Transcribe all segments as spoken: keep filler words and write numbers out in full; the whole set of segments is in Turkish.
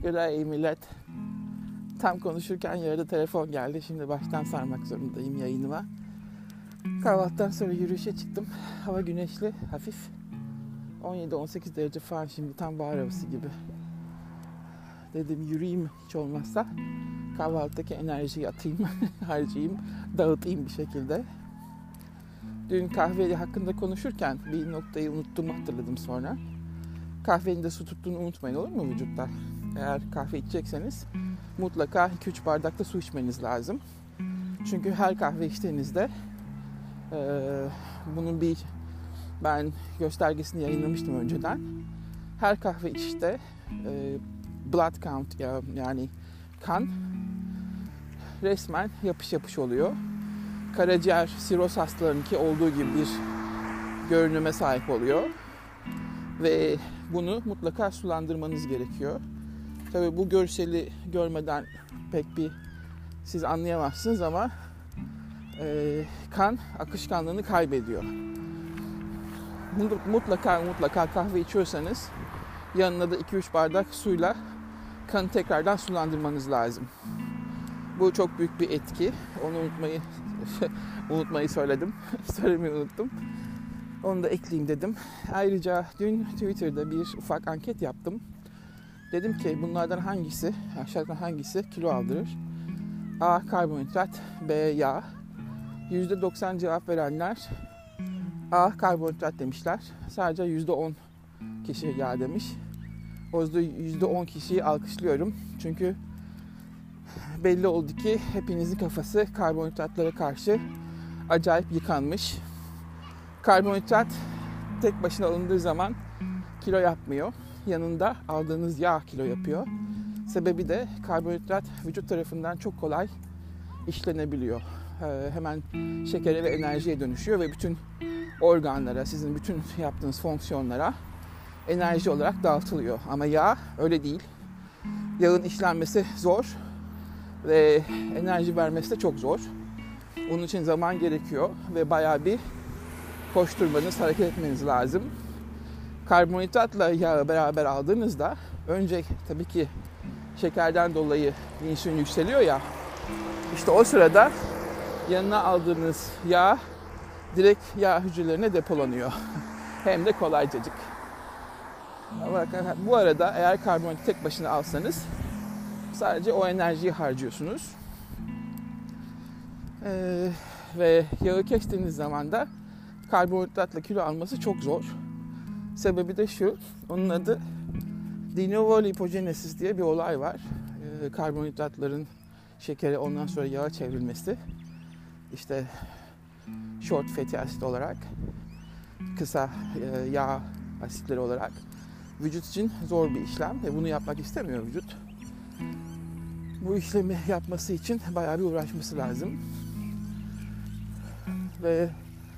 Teşekkürler ey millet. Tam konuşurken yarıda telefon geldi. Şimdi baştan sarmak zorundayım yayınıma. Kahvaltıdan sonra yürüyüşe çıktım. Hava güneşli, hafif. on yedi on sekiz derece falan, şimdi tam bahar havası gibi. Dedim yürüyeyim hiç olmazsa. Kahvaltıdaki enerjiyi atayım, harcayayım, dağıtayım bir şekilde. Dün kahve hakkında konuşurken bir noktayı unuttuğumu hatırladım sonra. Kahvenin de su tuttuğunu unutmayın, olur mu vücutta? Eğer kahve içecekseniz mutlaka iki üç bardak da su içmeniz lazım. Çünkü her kahve içtiğinizde e, bunun bir ben göstergesini yayınlamıştım önceden. Her kahve içişte e, blood count ya, yani kan resmen yapış yapış oluyor. Karaciğer siroz hastalarınınki olduğu gibi bir görünüme sahip oluyor. Ve bunu mutlaka sulandırmanız gerekiyor. Tabii bu görseli görmeden pek bir siz anlayamazsınız ama e, kan akışkanlığını kaybediyor. Mutlaka mutlaka kahve içiyorsanız yanına da iki üç bardak suyla kanı tekrardan sulandırmanız lazım. Bu çok büyük bir etki. Onu unutmayı unutmayı söyledim. Söylemeyi unuttum. Onu da ekleyeyim dedim. Ayrıca dün Twitter'da bir ufak anket yaptım. Dedim ki bunlardan hangisi, aşağıdan hangisi kilo aldırır? A. Karbonhidrat, B. Yağ. yüzde doksan cevap verenler A. Karbonhidrat demişler. Sadece yüzde on kişi yağ demiş. O yüzden yüzde on kişiyi alkışlıyorum. Çünkü belli oldu ki hepinizin kafası karbonhidratlara karşı acayip yıkanmış. Karbonhidrat tek başına alındığı zaman kilo yapmıyor. Yanında aldığınız yağ kilo yapıyor. Sebebi de karbonhidrat vücut tarafından çok kolay işlenebiliyor. Ee, hemen şekere ve enerjiye dönüşüyor ve bütün organlara, sizin bütün yaptığınız fonksiyonlara enerji olarak dağıtılıyor. Ama yağ öyle değil. Yağın işlenmesi zor ve enerji vermesi de çok zor. Bunun için zaman gerekiyor ve bayağı bir koşturmanız, hareket etmeniz lazım. Karbonhidratla yağı beraber aldığınızda önce tabii ki şekerden dolayı insülin yükseliyor ya. İşte o sırada yanına aldığınız yağ direkt yağ hücrelerine depolanıyor. Hem de kolaycacık. Ama bu arada eğer karbonhidratı tek başına alsanız sadece o enerjiyi harcıyorsunuz. Ee, ve yağı kestiğiniz zaman da karbonhidratla kilo alması çok zor. Sebebi de şu, onun adı de novo lipogenesis diye bir olay var. Ee, karbonhidratların şekeri ondan sonra yağa çevrilmesi. İşte short fatty acid olarak, kısa e, yağ asitleri olarak vücut için zor bir işlem ve bunu yapmak istemiyor vücut. Bu işlemi yapması için bayağı bir uğraşması lazım. Ve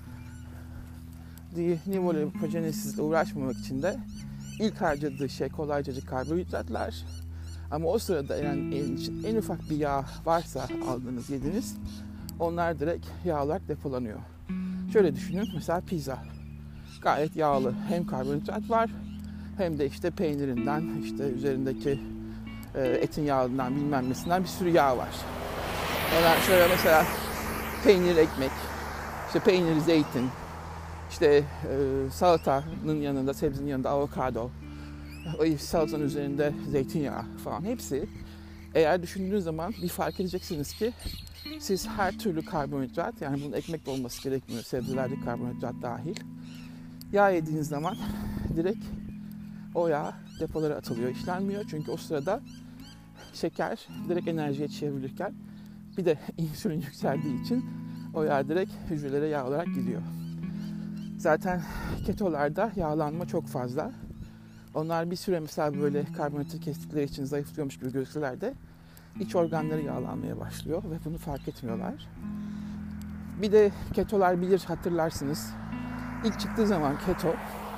de novo lipogenesis ile uğraşmamak için de ilk harcadığı şey kolaycacık karbonhidratlar. Ama o sırada yani en, en ufak bir yağ varsa aldığınız, yediniz, onlar direkt yağ olarak depolanıyor. Şöyle düşünün, mesela pizza. Gayet yağlı. Hem karbonhidrat var hem de işte peynirinden, işte üzerindeki e, etin yağından, bilmem nesinden bir sürü yağ var. Ondan şöyle mesela peynir ekmek, işte peynir zeytin, işte e, salatanın yanında, sebzenin yanında avokado, salatanın üzerinde zeytinyağı falan, hepsi eğer düşündüğünüz zaman bir fark edeceksiniz ki siz her türlü karbonhidrat, yani bunun ekmek olması gerekmiyor, sebzelerde karbonhidrat dahil, yağ yediğiniz zaman direkt o yağ depolara atılıyor, işlenmiyor. Çünkü o sırada şeker direkt enerjiye çevrilirken bir de insülin yükseldiği için o yağ direkt hücrelere yağ olarak gidiyor. Zaten ketolarda yağlanma çok fazla. Onlar bir süre mesela böyle karbonhidratı kestikleri için zayıflıyormuş gibi gözükseler de iç organları yağlanmaya başlıyor ve bunu fark etmiyorlar. Bir de ketolar bilir, hatırlarsınız. İlk çıktığı zaman keto,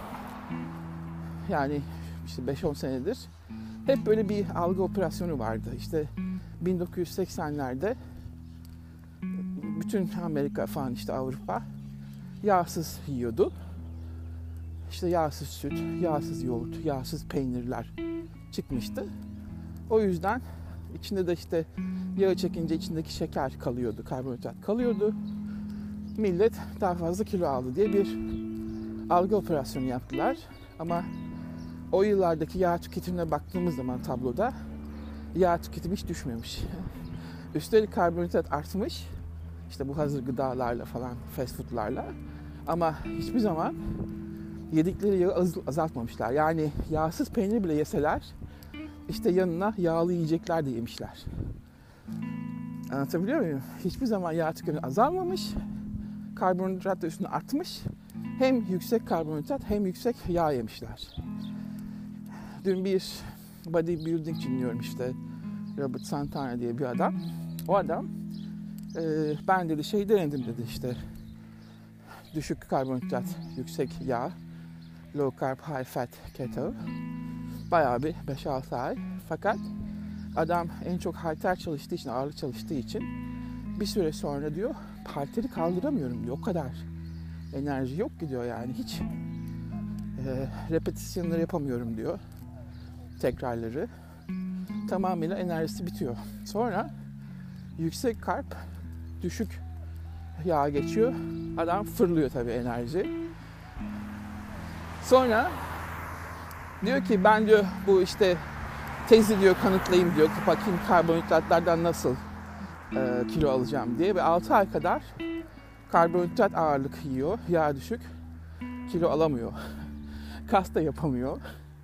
yani işte beş on senedir hep böyle bir algı operasyonu vardı. İşte bin dokuz yüz seksenlerde bütün Amerika falan, işte Avrupa yağsız yiyordu. İşte yağsız süt, yağsız yoğurt, yağsız peynirler çıkmıştı. O yüzden içinde de işte yağı çekince içindeki şeker kalıyordu, karbonhidrat kalıyordu. Millet daha fazla kilo aldı diye bir algı operasyonu yaptılar. Ama o yıllardaki yağ tüketimine baktığımız zaman tabloda yağ tüketimi hiç düşmemiş. Üstelik karbonhidrat artmış. İşte bu hazır gıdalarla falan, fast foodlarla. Ama hiçbir zaman yedikleri yağı az, azaltmamışlar. Yani yağsız peynir bile yeseler işte yanına yağlı yiyecekler de yemişler. Anlatabiliyor muyum? Hiçbir zaman yağ tüketimi azalmamış. Karbonhidrat da üstüne artmış. Hem yüksek karbonhidrat hem yüksek yağ yemişler. Dün bir bodybuilding dinliyorum işte. Robert Santana diye bir adam. O adam e, ben dedi şey denedim dedi işte. Düşük karbonhidrat, yüksek yağ. Low carb, high fat, keto. Bayağı bir beş altı ay. Fakat adam en çok halter çalıştığı için, ağırlık çalıştığı için bir süre sonra diyor halteri kaldıramıyorum diyor. O kadar enerji yok ki diyor yani hiç e, repetisyonları yapamıyorum diyor. Tekrarları. Tamamıyla enerjisi bitiyor. Sonra yüksek karb, düşük yağ geçiyor. Adam fırlıyor tabii enerji. Sonra diyor ki ben diyor bu işte tezi diyor kanıtlayayım diyor. Bakayım karbonhidratlardan nasıl e, kilo alacağım diye. Ve altı ay kadar karbonhidrat ağırlık yiyor. Yağ düşük. Kilo alamıyor. Kas da yapamıyor.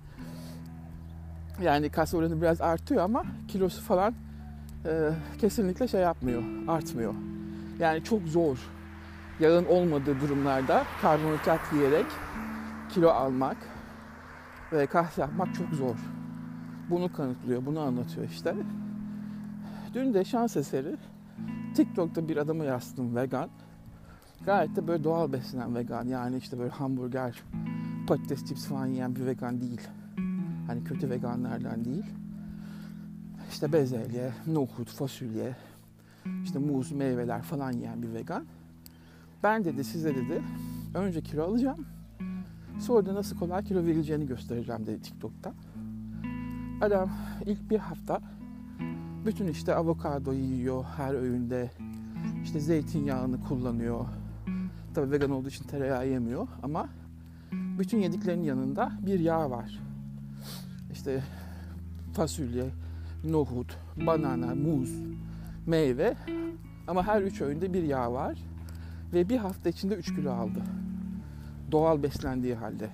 Yani kas oranı biraz artıyor ama kilosu falan e, kesinlikle şey yapmıyor. Artmıyor. Yani çok zor. Yağın olmadığı durumlarda karbonhidrat yiyerek kilo almak ve kas yapmak çok zor. Bunu kanıtlıyor, bunu anlatıyor işte. Dün de şans eseri TikTok'ta bir adama rastladım vegan. Gayet de böyle doğal beslenen vegan. Yani işte böyle hamburger, patates chips falan yiyen bir vegan değil. Hani kötü veganlardan değil. İşte bezelye, nohut, fasulye, işte muz, meyveler falan yiyen bir vegan. Ben dedi size dedi önce kilo alacağım. Sonra da nasıl kolay kilo verileceğini göstereceğim dedi TikTok'ta. Adam ilk bir hafta bütün işte avokado yiyor her öğünde. İşte zeytinyağını kullanıyor. Tabii vegan olduğu için tereyağı yemiyor ama bütün yediklerinin yanında bir yağ var. İşte fasulye, nohut, banana, muz, meyve ama her üç öğünde bir yağ var. Ve bir hafta içinde üç kilo aldı. Doğal beslendiği halde.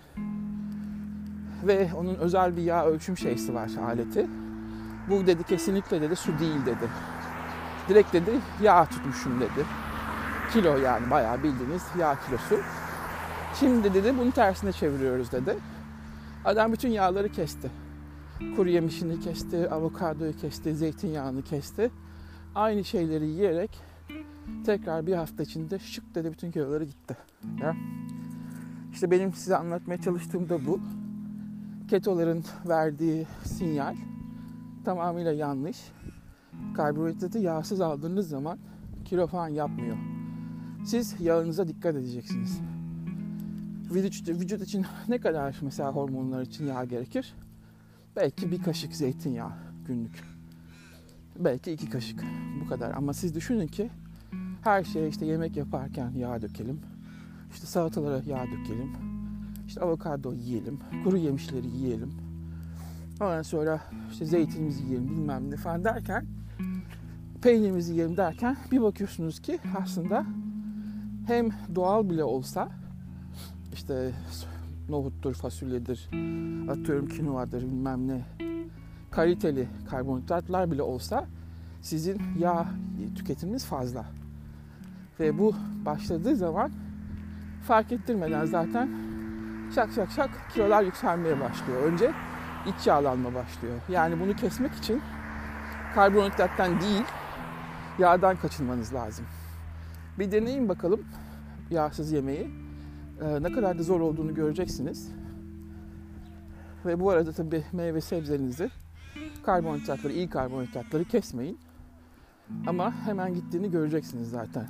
Ve onun özel bir yağ ölçüm şeysi var, aleti. Bu dedi kesinlikle dedi su değil dedi. Direkt dedi yağ tutmuşum dedi. Kilo yani bayağı bildiğiniz yağ kilosu. Şimdi dedi bunu tersine çeviriyoruz dedi. Adam bütün yağları kesti. Kuru yemişini kesti, avokadoyu kesti, zeytinyağını kesti. Aynı şeyleri yiyerek tekrar bir hafta içinde şık dedi bütün kiloları gitti. Ya. İşte benim size anlatmaya çalıştığım da bu. Ketoların verdiği sinyal tamamıyla yanlış. Karbonhidratı yağsız aldığınız zaman kilo falan yapmıyor. Siz yağınıza dikkat edeceksiniz. Vücut, vücut için ne kadar mesela hormonlar için yağ gerekir? Belki bir kaşık zeytinyağı günlük. Belki iki kaşık. Bu kadar. Ama siz düşünün ki her şeye işte yemek yaparken yağ dökelim. İşte salatalara yağ dökelim. İşte avokado yiyelim. Kuru yemişleri yiyelim. Ondan sonra işte zeytinimizi yiyelim bilmem ne falan derken peynirimizi yiyelim derken bir bakıyorsunuz ki aslında hem doğal bile olsa işte nohuttur, fasulyedir, atıyorum kinoadır bilmem ne kaliteli karbonhidratlar bile olsa sizin yağ tüketiminiz fazla. Ve bu başladığı zaman fark ettirmeden zaten şak şak şak kilolar yükselmeye başlıyor. Önce iç yağlanma başlıyor. Yani bunu kesmek için karbonhidrattan değil yağdan kaçınmanız lazım. Bir deneyin bakalım yağsız yemeği. Ee, ne kadar da zor olduğunu göreceksiniz. Ve bu arada tabii meyve sebzenizi karbonhidratları, iyi karbonhidratları kesmeyin. Ama hemen gittiğini göreceksiniz zaten.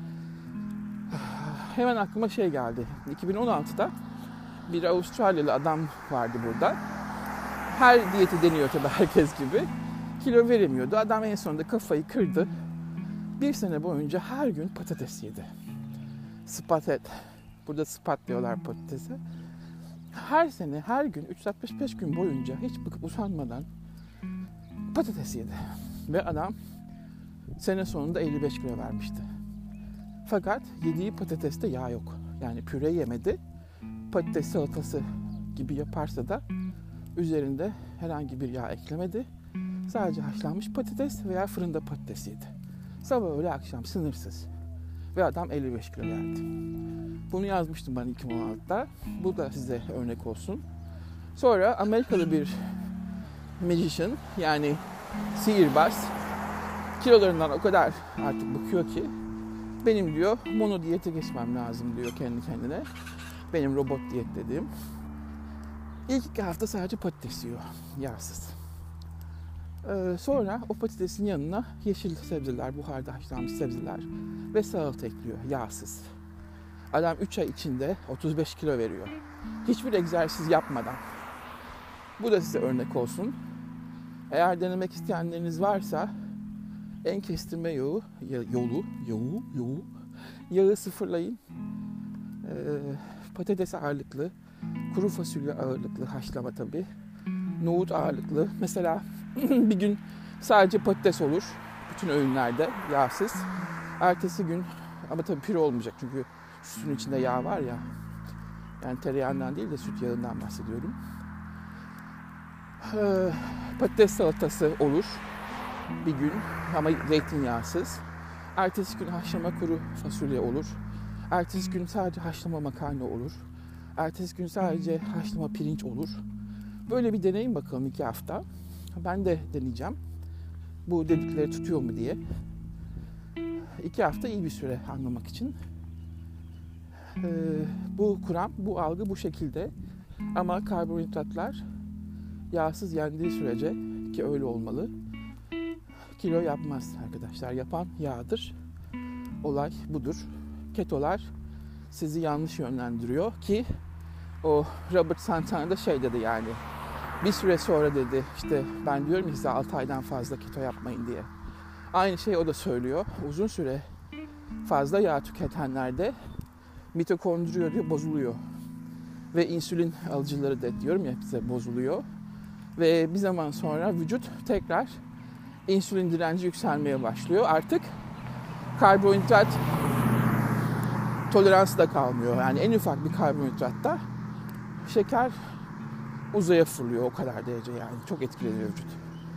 Hemen aklıma şey geldi. iki bin on altıda bir Avustralyalı adam vardı burada. Her diyeti deniyor tabii herkes gibi. kilo veremiyordu. Adam en sonunda kafayı kırdı. Bir sene boyunca her gün patates yedi. Spatet. Burada spat diyorlar patatese. Her sene, her gün, üç yüz altmış beş gün boyunca hiç bıkıp usanmadan patates yedi. Ve adam sene sonunda elli beş kilo vermişti. Fakat yediği patateste yağ yok. Yani püre yemedi. Patates salatası gibi yaparsa da üzerinde herhangi bir yağ eklemedi. Sadece haşlanmış patates veya fırında patates yedi. Sabah öğle akşam sınırsız. Ve adam elli beş kilo verdi. Bunu yazmıştım ben iki bin on altıda. Bu da size örnek olsun. Sonra Amerikalı bir magician, yani sihirbaz, kilolarından o kadar artık bıkıyor ki benim diyor mono diyete geçmem lazım diyor kendi kendine. Benim robot diyet dediğim. İlk iki hafta sadece patates yiyor, yağsız. Ee, sonra o patatesin yanına yeşil sebzeler, buharda haşlanmış sebzeler ve salata ekliyor, yağsız. Adam üç ay içinde otuz beş kilo veriyor. Hiçbir egzersiz yapmadan. Bu da size örnek olsun. Eğer denemek isteyenleriniz varsa en kestirme yağı, yolu, yağı, yağı, yağı sıfırlayın. Ee, patates ağırlıklı, kuru fasulye ağırlıklı haşlama tabii. Nohut ağırlıklı. Mesela bir gün sadece patates olur. Bütün öğünlerde yağsız. Ertesi gün ama tabii püre olmayacak çünkü sütün içinde yağ var ya. Yani tereyağından değil de süt yağından bahsediyorum. Ee, patates salatası olur bir gün ama zeytinyağsız. Ertesi gün haşlama kuru fasulye olur. Ertesi gün sadece haşlama makarna olur. Ertesi gün sadece haşlama pirinç olur. Böyle bir deneyin bakalım iki hafta. Ben de deneyeceğim. Bu dedikleri tutuyor mu diye. İki hafta iyi bir süre anlamak için. Ee, bu kuram, bu algı bu şekilde. Ama karbonhidratlar yağsız yendiği sürece, ki öyle olmalı, kilo yapmaz arkadaşlar. Yapan yağdır. Olay budur. Ketolar sizi yanlış yönlendiriyor ki o Robert Santana da şey dedi, yani bir süre sonra dedi, işte ben diyorum ya size altı aydan fazla keto yapmayın diye. Aynı şeyi o da söylüyor. Uzun süre fazla yağ tüketenlerde mitokondriyo diyor bozuluyor. Ve insülin alıcıları da diyorum ya bize bozuluyor. Ve bir zaman sonra vücut tekrar insülin direnci yükselmeye başlıyor. Artık karbonhidrat toleransı da kalmıyor. Yani en ufak bir karbonhidratta şeker uzaya fırlıyor, o kadar derece yani. Çok etkileniyor vücut.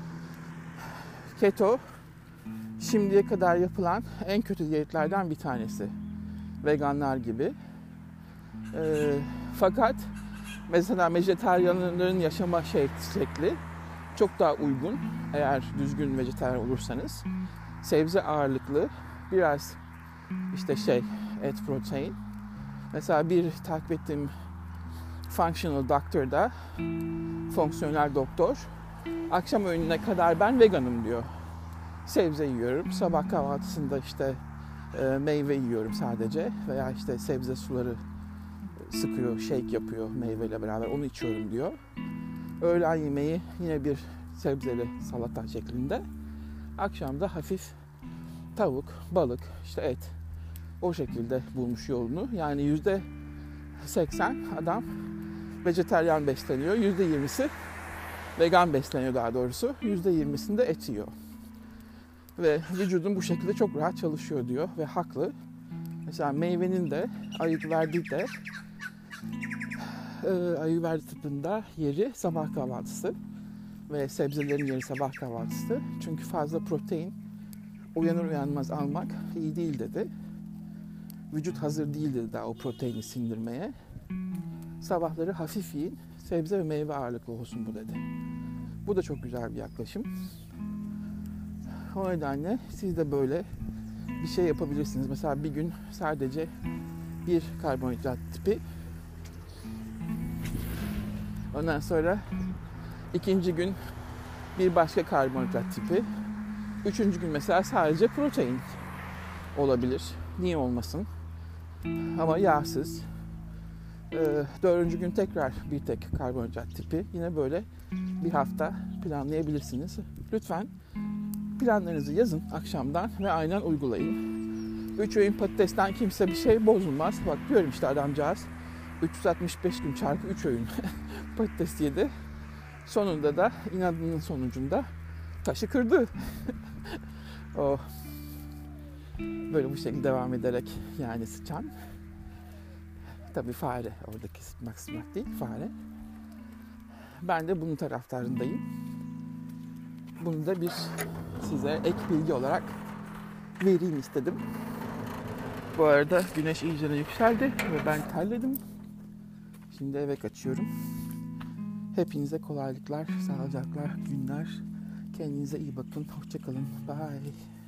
Keto şimdiye kadar yapılan en kötü diyetlerden bir tanesi. Veganlar gibi. Ee, fakat mesela vejetaryenlerin yaşama şekli çok daha uygun. Eğer düzgün vejetaryen olursanız. Sebze ağırlıklı, biraz işte şey, et, protein. Mesela bir takip ettiğim functional doctor'da, fonksiyonel doktor, akşam öğününe kadar ben veganım diyor. Sebze yiyorum. Sabah kahvaltısında işte e, meyve yiyorum sadece veya işte sebze suları sıkıyor, shake yapıyor meyveyle beraber, onu içiyorum diyor. Öğlen yemeği yine bir sebzeli salata şeklinde. Akşamda hafif tavuk, balık, işte et. O şekilde bulmuş yolunu. Yani yüzde seksen adam vejetaryen besleniyor. Yüzde yirmisi vegan besleniyor daha doğrusu. Yüzde yirmisinde et yiyor. Ve vücudun bu şekilde çok rahat çalışıyor diyor ve haklı. Mesela meyvenin de ayurveda'da de e, ayurveda'da yeri sabah kahvaltısı ve sebzelerin yeri sabah kahvaltısı. Çünkü fazla protein uyanır uyanmaz almak iyi değil dedi. Vücut hazır değil dedi daha o proteini sindirmeye. Sabahları hafif yiyin, sebze ve meyve ağırlıklı olsun bu dedi. Bu da çok güzel bir yaklaşım. O nedenle siz de böyle bir şey yapabilirsiniz. Mesela bir gün sadece bir karbonhidrat tipi. Ondan sonra ikinci gün bir başka karbonhidrat tipi. Üçüncü gün mesela sadece protein olabilir. Niye olmasın? Ama yağsız. Ee, dördüncü gün tekrar bir tek karbonhidrat tipi. Yine böyle bir hafta planlayabilirsiniz. Lütfen planlarınızı yazın akşamdan ve aynen uygulayın. Üç öğün patatesten kimse bir şey bozulmaz. Bak diyorum işte adamcağız üç yüz altmış beş gün çarpı üç öğün patates yedi. Sonunda da inadının sonucunda taşı kırdı. O böyle bu şekilde devam ederek yani sıçan. Tabii fare oradaki sıkmak sıkmak değil fare. Ben de bunun taraftarındayım. Bunu da bir size ek bilgi olarak vereyim istedim. Bu arada güneş iyice yükseldi ve ben terledim. Şimdi eve kaçıyorum. Hepinize kolaylıklar, sağlıcakla günler. Kendinize iyi bakın. Hoşça kalın. Bye.